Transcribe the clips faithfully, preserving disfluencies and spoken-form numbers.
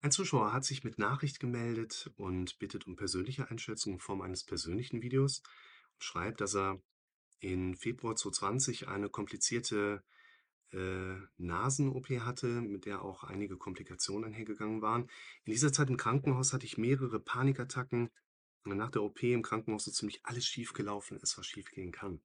Ein Zuschauer hat sich mit Nachricht gemeldet und bittet um persönliche Einschätzung in Form eines persönlichen Videos und schreibt, dass er in Februar zwanzig zwanzig eine komplizierte äh, Nasen-O P hatte, mit der auch einige Komplikationen einhergegangen waren. In dieser Zeit im Krankenhaus hatte ich mehrere Panikattacken und nach der O P im Krankenhaus so ziemlich alles schiefgelaufen ist, was schiefgehen kann.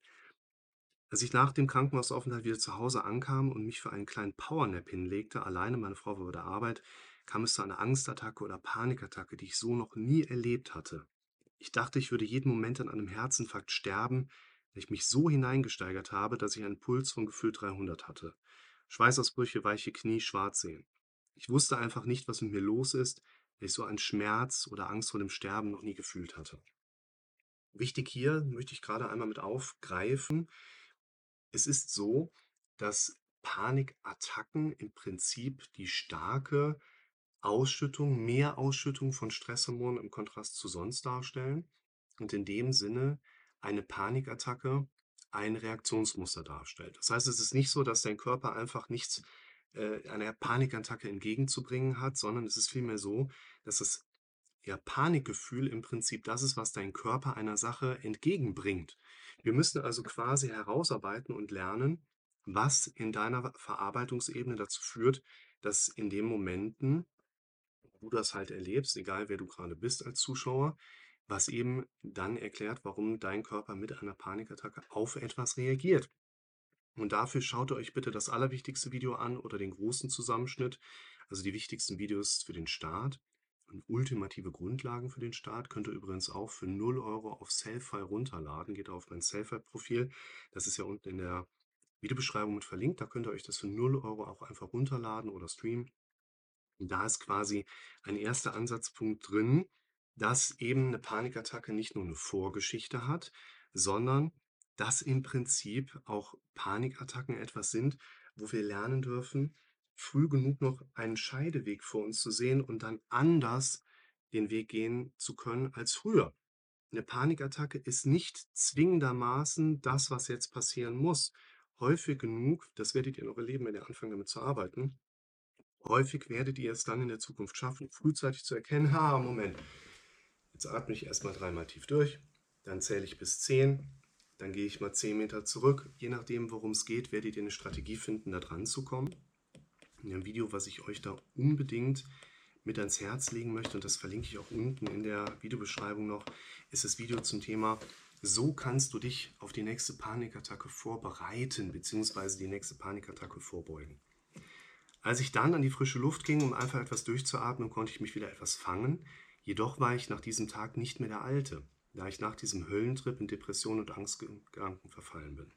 Als ich nach dem Krankenhausaufenthalt wieder zu Hause ankam und mich für einen kleinen Powernap hinlegte, alleine, meine Frau war bei der Arbeit, kam es zu einer Angstattacke oder Panikattacke, die ich so noch nie erlebt hatte. Ich dachte, ich würde jeden Moment an einem Herzinfarkt sterben, da ich mich so hineingesteigert habe, dass ich einen Puls von gefühlt dreihundert hatte. Schweißausbrüche, weiche Knie, schwarz sehen. Ich wusste einfach nicht, was mit mir los ist, weil ich so einen Schmerz oder Angst vor dem Sterben noch nie gefühlt hatte. Wichtig hier möchte ich gerade einmal mit aufgreifen, es ist so, dass Panikattacken im Prinzip die starke Ausschüttung mehr Ausschüttung von Stresshormonen im Kontrast zu sonst darstellen und in dem Sinne eine Panikattacke ein Reaktionsmuster darstellt. Das heißt, es ist nicht so, dass dein Körper einfach nichts äh, einer Panikattacke entgegenzubringen hat, sondern es ist vielmehr so, dass das ja, Panikgefühl im Prinzip das ist, was dein Körper einer Sache entgegenbringt. Wir müssen also quasi herausarbeiten und lernen, was in deiner Verarbeitungsebene dazu führt, dass in den Momenten, wo du das halt erlebst, egal wer du gerade bist als Zuschauer, was eben dann erklärt, warum dein Körper mit einer Panikattacke auf etwas reagiert. Und dafür schaut ihr euch bitte das allerwichtigste Video an oder den großen Zusammenschnitt, also die wichtigsten Videos für den Start. Und ultimative Grundlagen für den Start könnt ihr übrigens auch für null Euro auf Sellfy runterladen. Geht auf mein Sellfy-Profil. Das ist ja unten in der Videobeschreibung mit verlinkt. Da könnt ihr euch das für null Euro auch einfach runterladen oder streamen. Und da ist quasi ein erster Ansatzpunkt drin, dass eben eine Panikattacke nicht nur eine Vorgeschichte hat, sondern dass im Prinzip auch Panikattacken etwas sind, wo wir lernen dürfen, früh genug noch einen Scheideweg vor uns zu sehen und dann anders den Weg gehen zu können als früher. Eine Panikattacke ist nicht zwingendermaßen das, was jetzt passieren muss. Häufig genug, das werdet ihr noch erleben, wenn ihr anfangt, damit zu arbeiten, häufig werdet ihr es dann in der Zukunft schaffen, frühzeitig zu erkennen, ha, Moment, jetzt atme ich erstmal dreimal tief durch, dann zähle ich bis zehn, dann gehe ich mal zehn Meter zurück. Je nachdem, worum es geht, werdet ihr eine Strategie finden, da dran zu kommen. In dem Video, was ich euch da unbedingt mit ans Herz legen möchte, und das verlinke ich auch unten in der Videobeschreibung noch, ist das Video zum Thema, so kannst du dich auf die nächste Panikattacke vorbereiten, beziehungsweise die nächste Panikattacke vorbeugen. Als ich dann an die frische Luft ging, um einfach etwas durchzuatmen, konnte ich mich wieder etwas fangen. Jedoch war ich nach diesem Tag nicht mehr der Alte, da ich nach diesem Höllentrip in Depression und Angstgedanken verfallen bin.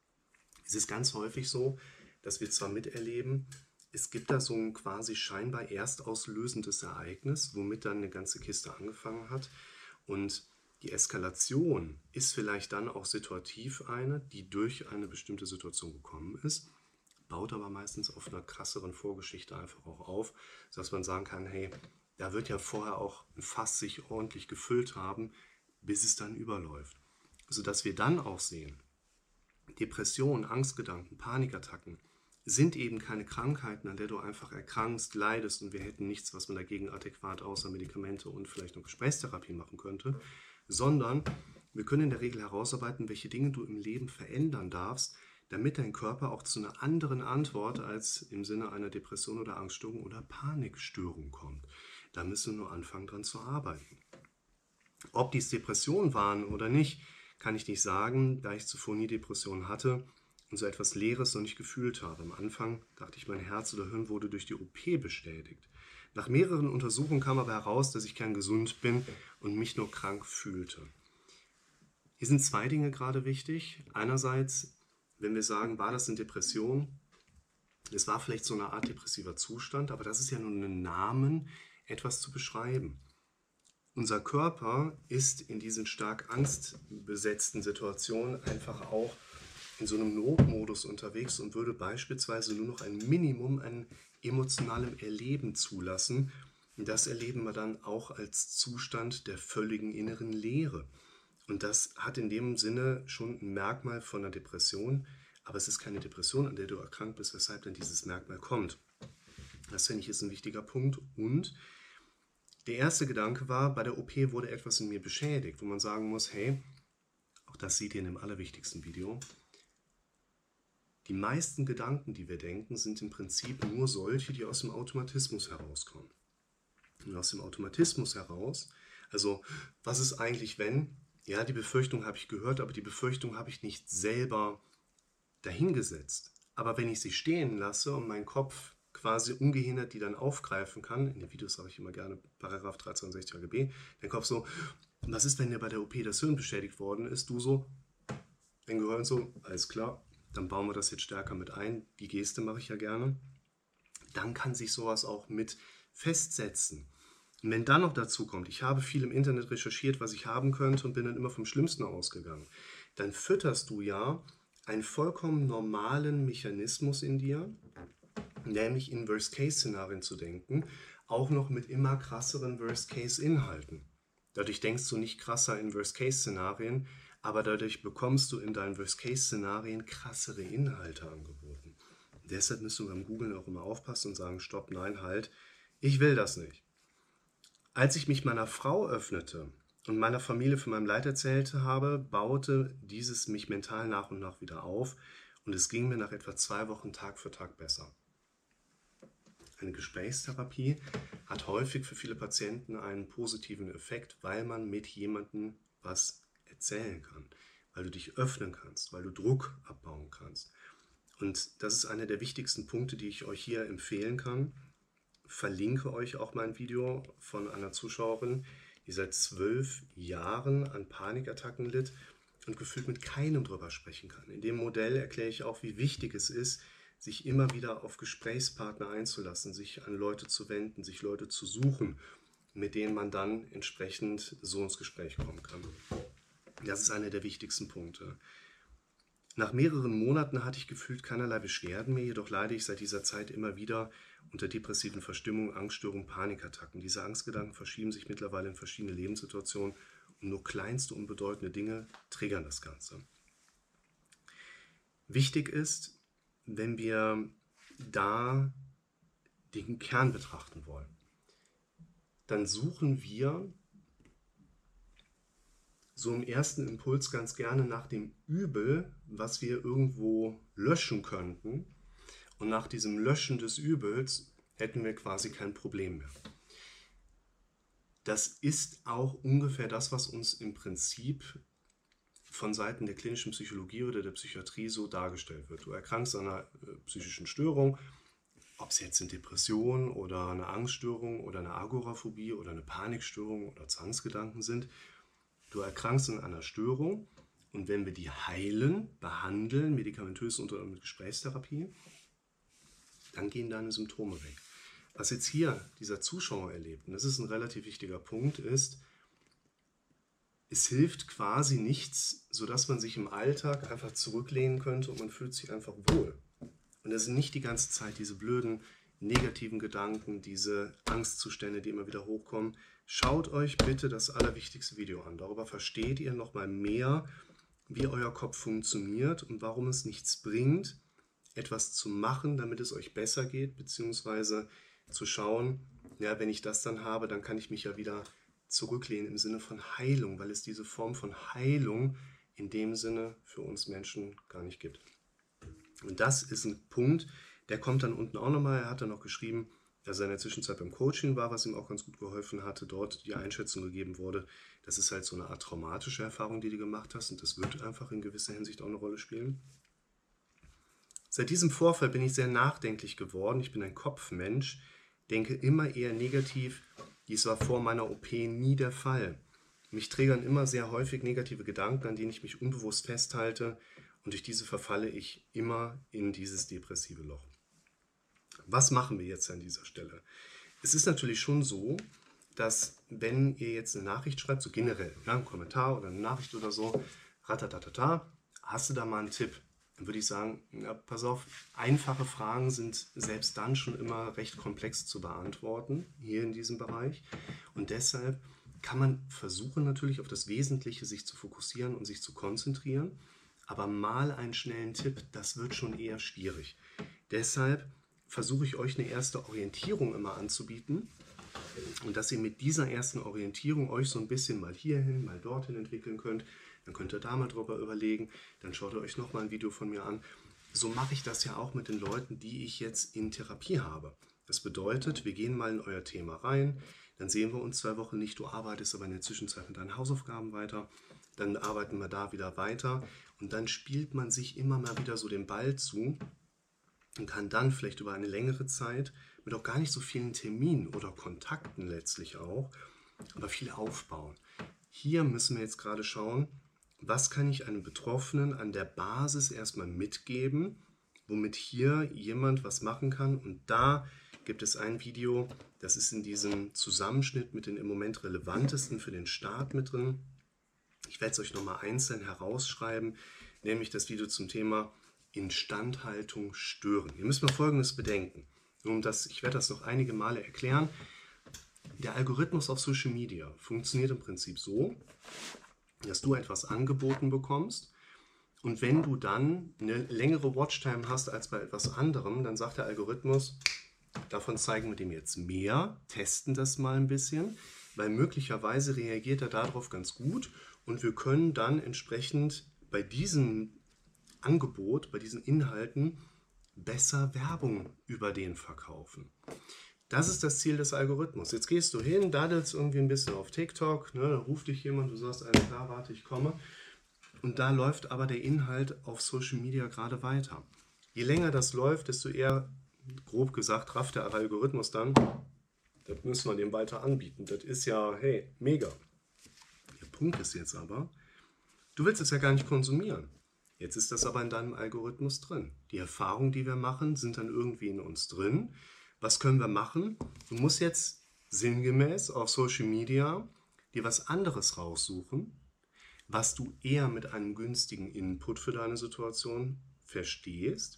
Es ist ganz häufig so, dass wir zwar miterleben, es gibt da so ein quasi scheinbar erstauslösendes Ereignis, womit dann eine ganze Kiste angefangen hat. Und die Eskalation ist vielleicht dann auch situativ eine, die durch eine bestimmte Situation gekommen ist, baut aber meistens auf einer krasseren Vorgeschichte einfach auch auf, sodass man sagen kann, hey, da wird ja vorher auch ein Fass sich ordentlich gefüllt haben, bis es dann überläuft. Sodass wir dann auch sehen, Depressionen, Angstgedanken, Panikattacken sind eben keine Krankheiten, an der du einfach erkrankst, leidest und wir hätten nichts, was man dagegen adäquat außer Medikamente und vielleicht noch Gesprächstherapie machen könnte, sondern wir können in der Regel herausarbeiten, welche Dinge du im Leben verändern darfst, damit dein Körper auch zu einer anderen Antwort als im Sinne einer Depression oder Angststörung oder Panikstörung kommt. Da müssen wir nur anfangen, dran zu arbeiten. Ob dies Depressionen waren oder nicht, kann ich nicht sagen, da ich zuvor nie Depressionen hatte und so etwas Leeres noch nicht gefühlt habe. Am Anfang dachte ich, mein Herz oder Hirn wurde durch die O P bestätigt. Nach mehreren Untersuchungen kam aber heraus, dass ich kerngesund bin und mich nur krank fühlte. Hier sind zwei Dinge gerade wichtig. Einerseits, wenn wir sagen, war das eine Depression? Es war vielleicht so eine Art depressiver Zustand, aber das ist ja nur ein Namen, etwas zu beschreiben. Unser Körper ist in diesen stark angstbesetzten Situationen einfach auch in so einem Notmodus unterwegs und würde beispielsweise nur noch ein Minimum an emotionalem Erleben zulassen. Und das erleben wir dann auch als Zustand der völligen inneren Leere. Und das hat in dem Sinne schon ein Merkmal von einer Depression, aber es ist keine Depression, an der du erkrankt bist, weshalb dann dieses Merkmal kommt. Das finde ich ist ein wichtiger Punkt. Und der erste Gedanke war, bei der O P wurde etwas in mir beschädigt, wo man sagen muss, hey, auch das seht ihr in dem allerwichtigsten Video, die meisten Gedanken, die wir denken, sind im Prinzip nur solche, die aus dem Automatismus herauskommen. Und aus dem Automatismus heraus, also was ist eigentlich, wenn, ja, die Befürchtung habe ich gehört, aber die Befürchtung habe ich nicht selber dahingesetzt. Aber wenn ich sie stehen lasse und mein Kopf quasi ungehindert die dann aufgreifen kann, in den Videos sage ich immer gerne Paragraph dreihundertzweiundsechzig H G B, der Kopf so, was ist, wenn dir bei der O P das Hirn beschädigt worden ist, du so, dein Gehirn so, alles klar, dann bauen wir das jetzt stärker mit ein, die Geste mache ich ja gerne, dann kann sich sowas auch mit festsetzen. Und wenn dann noch dazu kommt, ich habe viel im Internet recherchiert, was ich haben könnte und bin dann immer vom Schlimmsten ausgegangen, dann fütterst du ja einen vollkommen normalen Mechanismus in dir, nämlich in Worst-Case-Szenarien zu denken, auch noch mit immer krasseren Worst-Case-Inhalten. Dadurch denkst du nicht krasser in Worst-Case-Szenarien, aber dadurch bekommst du in deinen Worst-Case-Szenarien krassere Inhalte angeboten. Und deshalb müsst du beim Googlen auch immer aufpassen und sagen, stopp, nein, halt, ich will das nicht. Als ich mich meiner Frau öffnete und meiner Familie von meinem Leid erzählt habe, baute dieses mich mental nach und nach wieder auf und es ging mir nach etwa zwei Wochen Tag für Tag besser. Eine Gesprächstherapie hat häufig für viele Patienten einen positiven Effekt, weil man mit jemandem was erzählen kann, weil du dich öffnen kannst, weil du Druck abbauen kannst. Und das ist einer der wichtigsten Punkte, die ich euch hier empfehlen kann. Verlinke euch auch mein Video von einer Zuschauerin, die seit zwölf Jahren an Panikattacken litt und gefühlt mit keinem drüber sprechen kann. In dem Modell erkläre ich auch, wie wichtig es ist, sich immer wieder auf Gesprächspartner einzulassen, sich an Leute zu wenden, sich Leute zu suchen, mit denen man dann entsprechend so ins Gespräch kommen kann. Das ist einer der wichtigsten Punkte. Nach mehreren Monaten hatte ich gefühlt keinerlei Beschwerden mehr, jedoch leide ich seit dieser Zeit immer wieder unter depressiven Verstimmungen, Angststörungen, Panikattacken. Diese Angstgedanken verschieben sich mittlerweile in verschiedene Lebenssituationen und nur kleinste unbedeutende Dinge triggern das Ganze. Wichtig ist, wenn wir da den Kern betrachten wollen, dann suchen wir so im ersten Impuls ganz gerne nach dem Übel, was wir irgendwo löschen könnten. Und nach diesem Löschen des Übels hätten wir quasi kein Problem mehr. Das ist auch ungefähr das, was uns im Prinzip von Seiten der klinischen Psychologie oder der Psychiatrie so dargestellt wird. Du erkrankst an einer äh, psychischen Störung, ob es jetzt eine Depression oder eine Angststörung oder eine Agoraphobie oder eine Panikstörung oder Zwangsgedanken sind. Du erkrankst an einer Störung und wenn wir die heilen, behandeln, medikamentös oder mit Gesprächstherapie, dann gehen deine Symptome weg. Was jetzt hier dieser Zuschauer erlebt, und das ist ein relativ wichtiger Punkt, ist, es hilft quasi nichts, sodass man sich im Alltag einfach zurücklehnen könnte und man fühlt sich einfach wohl. Und das sind nicht die ganze Zeit diese blöden, negativen Gedanken, diese Angstzustände, die immer wieder hochkommen. Schaut euch bitte das allerwichtigste Video an. Darüber versteht ihr nochmal mehr, wie euer Kopf funktioniert und warum es nichts bringt, etwas zu machen, damit es euch besser geht, beziehungsweise zu schauen, ja, wenn ich das dann habe, dann kann ich mich ja wieder zurücklehnen im Sinne von Heilung, weil es diese Form von Heilung in dem Sinne für uns Menschen gar nicht gibt. Und das ist ein Punkt, der kommt dann unten auch nochmal. Er hat dann noch geschrieben, dass er in der Zwischenzeit beim Coaching war, was ihm auch ganz gut geholfen hatte, dort die Einschätzung gegeben wurde, das ist halt so eine Art traumatische Erfahrung, die du gemacht hast und das wird einfach in gewisser Hinsicht auch eine Rolle spielen. Seit diesem Vorfall bin ich sehr nachdenklich geworden. Ich bin ein Kopfmensch, denke immer eher negativ. Dies war vor meiner O P nie der Fall. Mich triggern immer sehr häufig negative Gedanken, an denen ich mich unbewusst festhalte und durch diese verfalle ich immer in dieses depressive Loch. Was machen wir jetzt an dieser Stelle? Es ist natürlich schon so, dass wenn ihr jetzt eine Nachricht schreibt, so generell, ja, einen Kommentar oder eine Nachricht oder so, ratatatata, hast du da mal einen Tipp? Dann würde ich sagen, na, pass auf, einfache Fragen sind selbst dann schon immer recht komplex zu beantworten, hier in diesem Bereich. Und deshalb kann man versuchen, natürlich auf das Wesentliche sich zu fokussieren und sich zu konzentrieren. Aber mal einen schnellen Tipp, das wird schon eher schwierig. Deshalb versuche ich euch eine erste Orientierung immer anzubieten. Und dass ihr mit dieser ersten Orientierung euch so ein bisschen mal hierhin, mal dorthin entwickeln könnt. Dann könnt ihr da mal drüber überlegen. Dann schaut ihr euch nochmal ein Video von mir an. So mache ich das ja auch mit den Leuten, die ich jetzt in Therapie habe. Das bedeutet, wir gehen mal in euer Thema rein. Dann sehen wir uns zwei Wochen nicht. Du arbeitest aber in der Zwischenzeit mit deinen Hausaufgaben weiter. Dann arbeiten wir da wieder weiter. Und dann spielt man sich immer mal wieder so den Ball zu und kann dann vielleicht über eine längere Zeit mit auch gar nicht so vielen Terminen oder Kontakten letztlich auch, aber viel aufbauen. Hier müssen wir jetzt gerade schauen, was kann ich einem Betroffenen an der Basis erstmal mitgeben, womit hier jemand was machen kann. Und da gibt es ein Video, das ist in diesem Zusammenschnitt mit den im Moment relevantesten für den Start mit drin. Ich werde es euch nochmal einzeln herausschreiben, nämlich das Video zum Thema Instandhaltung stören. Ihr müsst mal Folgendes bedenken. Um das, ich werde das noch einige Male erklären. Der Algorithmus auf Social Media funktioniert im Prinzip so, dass du etwas angeboten bekommst und wenn du dann eine längere Watchtime hast als bei etwas anderem, dann sagt der Algorithmus, davon zeigen wir dem jetzt mehr, testen das mal ein bisschen, weil möglicherweise reagiert er darauf ganz gut und wir können dann entsprechend bei diesem Angebot, bei diesen Inhalten besser Werbung über den verkaufen. Das ist das Ziel des Algorithmus. Jetzt gehst du hin, daddelst irgendwie ein bisschen auf TikTok, ne, da ruft dich jemand, du sagst, alles klar, warte, ich komme. Und da läuft aber der Inhalt auf Social Media gerade weiter. Je länger das läuft, desto eher, grob gesagt, rafft der Algorithmus dann, das müssen wir dem weiter anbieten. Das ist ja, hey, mega. Der Punkt ist jetzt aber, du willst es ja gar nicht konsumieren. Jetzt ist das aber in deinem Algorithmus drin. Die Erfahrungen, die wir machen, sind dann irgendwie in uns drin. Was können wir machen? Du musst jetzt sinngemäß auf Social Media dir was anderes raussuchen, was du eher mit einem günstigen Input für deine Situation verstehst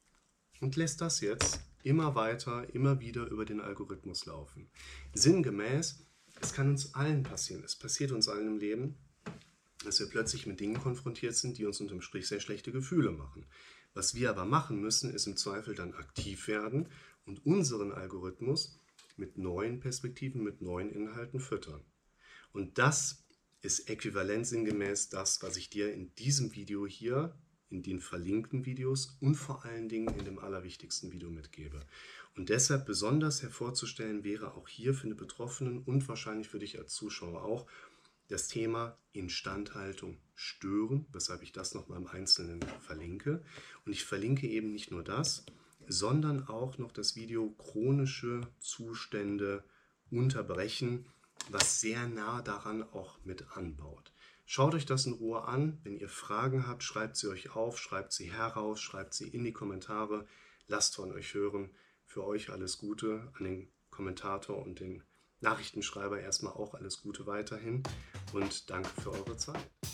und lässt das jetzt immer weiter, immer wieder über den Algorithmus laufen. Sinngemäß, es kann uns allen passieren, es passiert uns allen im Leben, dass wir plötzlich mit Dingen konfrontiert sind, die uns unterm Strich sehr schlechte Gefühle machen. Was wir aber machen müssen, ist im Zweifel dann aktiv werden und unseren Algorithmus mit neuen Perspektiven, mit neuen Inhalten füttern. Und das ist äquivalent sinngemäß das, was ich dir in diesem Video hier, in den verlinkten Videos und vor allen Dingen in dem allerwichtigsten Video mitgebe. Und deshalb besonders hervorzustellen wäre auch hier für den Betroffenen und wahrscheinlich für dich als Zuschauer auch, das Thema Instandhaltung stören, weshalb ich das nochmal im Einzelnen verlinke. Und ich verlinke eben nicht nur das, sondern auch noch das Video chronische Zustände unterbrechen, was sehr nah daran auch mit anbaut. Schaut euch das in Ruhe an. Wenn ihr Fragen habt, schreibt sie euch auf, schreibt sie heraus, schreibt sie in die Kommentare. Lasst von euch hören. Für euch alles Gute, an den Kommentator und den Nachrichtenschreiber erstmal auch alles Gute weiterhin und danke für eure Zeit.